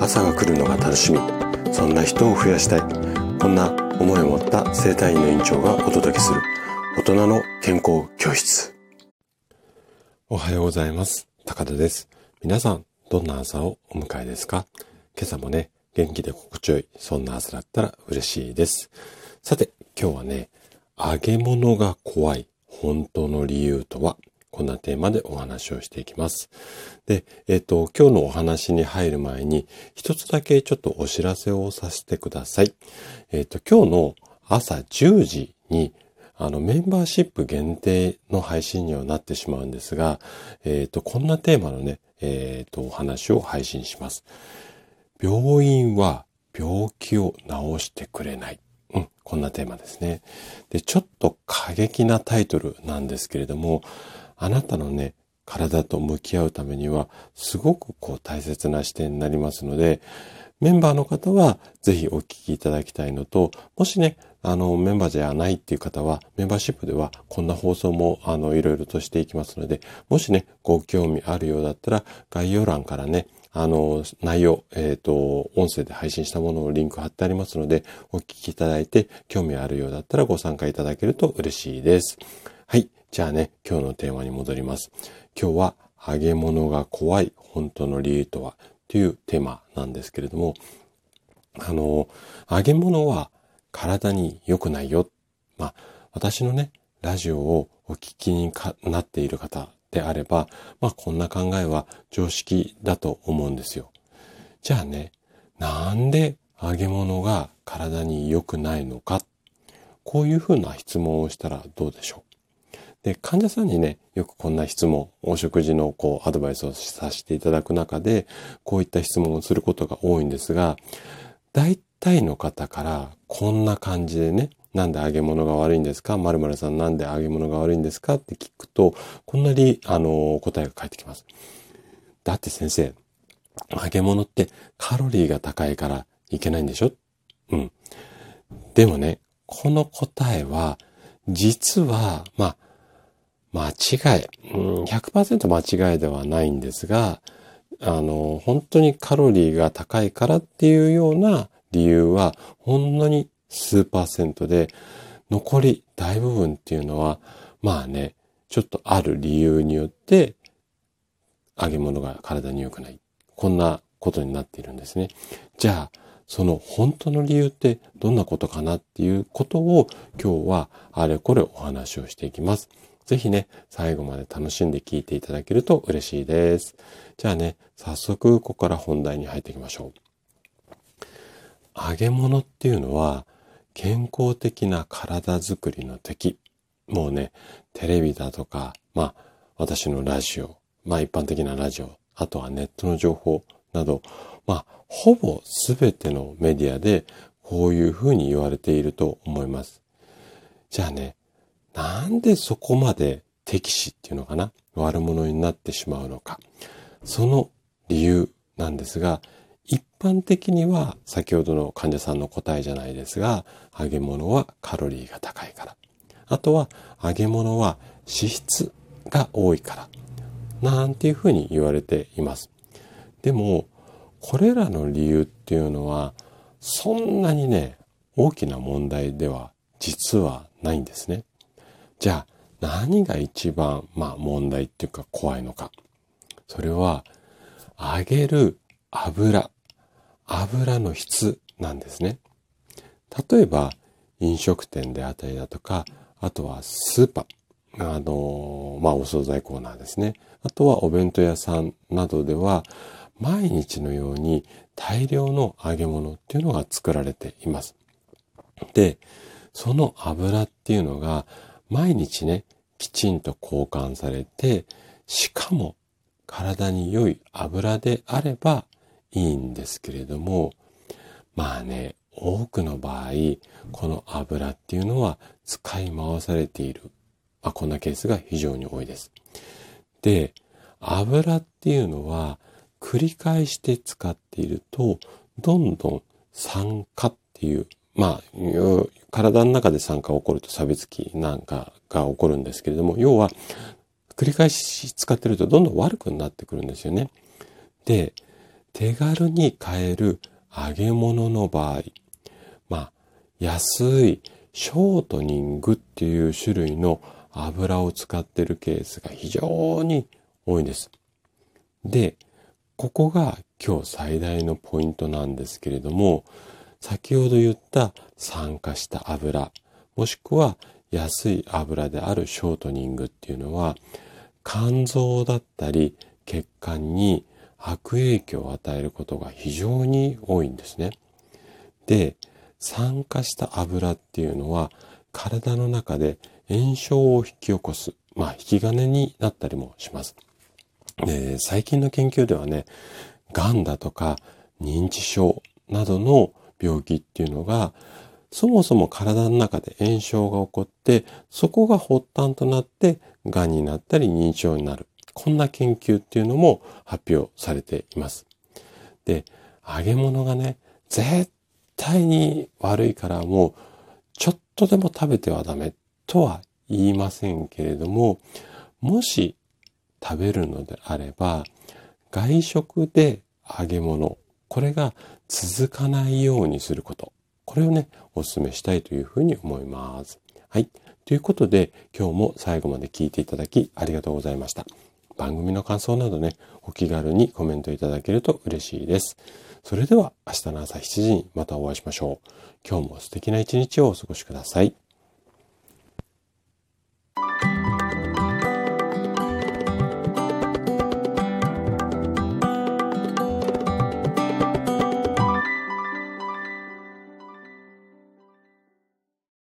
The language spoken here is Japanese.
朝が来るのが楽しみ、そんな人を増やしたい、こんな思いを持った整体院の院長がお届けする大人の健康教室。おはようございます。高田です。皆さんどんな朝をお迎えですか？今朝もね、元気で心地よい、そんな朝だったら嬉しいです。さて、今日はね、揚げ物が怖い本当の理由とは、こんなテーマでお話をしていきます。で、今日のお話に入る前に、一つだけちょっとお知らせをさせてください。今日の朝10時に、メンバーシップ限定の配信にはなってしまうんですが、こんなテーマのね、お話を配信します。病院は病気を治してくれない。こんなテーマですね。で、ちょっと過激なタイトルなんですけれども、あなたのね、体と向き合うためには、すごく大切な視点になりますので、メンバーの方はぜひお聞きいただきたいのと、もしね、メンバーじゃないっていう方は、メンバーシップではこんな放送もいろいろとしていきますので、もしね、ご興味あるようだったら、概要欄からね、内容、音声で配信したものをリンク貼ってありますので、お聞きいただいて、興味あるようだったらご参加いただけると嬉しいです。はい。じゃあね、今日のテーマに戻ります。今日は、揚げ物が怖い本当の理由とはというテーマなんですけれども、揚げ物は体に良くないよ。私のね、ラジオをお聞きになっている方であれば、こんな考えは常識だと思うんですよ。じゃあね、なんで揚げ物が体に良くないのか、こういうふうな質問をしたらどうでしょう。で、患者さんにね、よくこんな質問、お食事のアドバイスをさせていただく中で、こういった質問をすることが多いんですが、大体の方からこんな感じでね、なんで揚げ物が悪いんですか？〇〇さんなんで揚げ物が悪いんですかって聞くと、こんなに、答えが返ってきます。だって先生、揚げ物ってカロリーが高いからいけないんでしょ？でもね、この答えは、実は、間違い、100% 間違いではないんですが、本当にカロリーが高いからっていうような理由は、ほんのに数%で、残り大部分っていうのは、ちょっとある理由によって、揚げ物が体に良くない。こんなことになっているんですね。じゃあ、その本当の理由ってどんなことかなっていうことを今日はあれこれお話をしていきます。ぜひね、最後まで楽しんで聞いていただけると嬉しいです。じゃあね、早速ここから本題に入っていきましょう。揚げ物っていうのは健康的な体づくりの敵。もうね、テレビだとか、私のラジオ、一般的なラジオ、あとはネットの情報など、ほぼすべてのメディアでこういうふうに言われていると思います。じゃあね、なんでそこまで敵視っていうのかな、悪者になってしまうのか。その理由なんですが、一般的には先ほどの患者さんの答えじゃないですが、揚げ物はカロリーが高いから。あとは揚げ物は脂質が多いから。なんていうふうに言われています。でも、これらの理由っていうのは、そんなにね、大きな問題では実はないんですね。じゃあ、何が一番、問題っていうか怖いのか。それは、揚げる油の質なんですね。例えば、飲食店であったりだとか、あとはスーパー、お惣菜コーナーですね。あとはお弁当屋さんなどでは、毎日のように大量の揚げ物っていうのが作られています。で、その油っていうのが毎日ね、きちんと交換されて、しかも体に良い油であればいいんですけれども、多くの場合、この油っていうのは使い回されている。こんなケースが非常に多いです。で、油っていうのは繰り返して使っていると、どんどん酸化っていう、体の中で酸化が起こると錆びつきなんかが起こるんですけれども、要は繰り返し使ってるとどんどん悪くなってくるんですよね。で、 手軽に買える揚げ物の場合、安いショートニングっていう種類の油を使っているケースが非常に多いんです。で、ここが今日最大のポイントなんですけれども、先ほど言った酸化した油、もしくは安い油であるショートニングっていうのは、肝臓だったり血管に悪影響を与えることが非常に多いんですね。で、酸化した油っていうのは体の中で炎症を引き起こす、引き金になったりもします。で、最近の研究ではね、癌だとか認知症などの病気っていうのがそもそも体の中で炎症が起こって、そこが発端となって癌になったり認知症になる。こんな研究っていうのも発表されています。で、揚げ物がね、絶対に悪いからもうちょっとでも食べてはダメとは言いませんけれども、もし食べるのであれば、外食で揚げ物、これが続かないようにすること。これをね、お勧めしたいというふうに思います。はい。ということで、今日も最後まで聞いていただきありがとうございました。番組の感想などね、お気軽にコメントいただけると嬉しいです。それでは明日の朝7時にまたお会いしましょう。今日も素敵な一日をお過ごしください。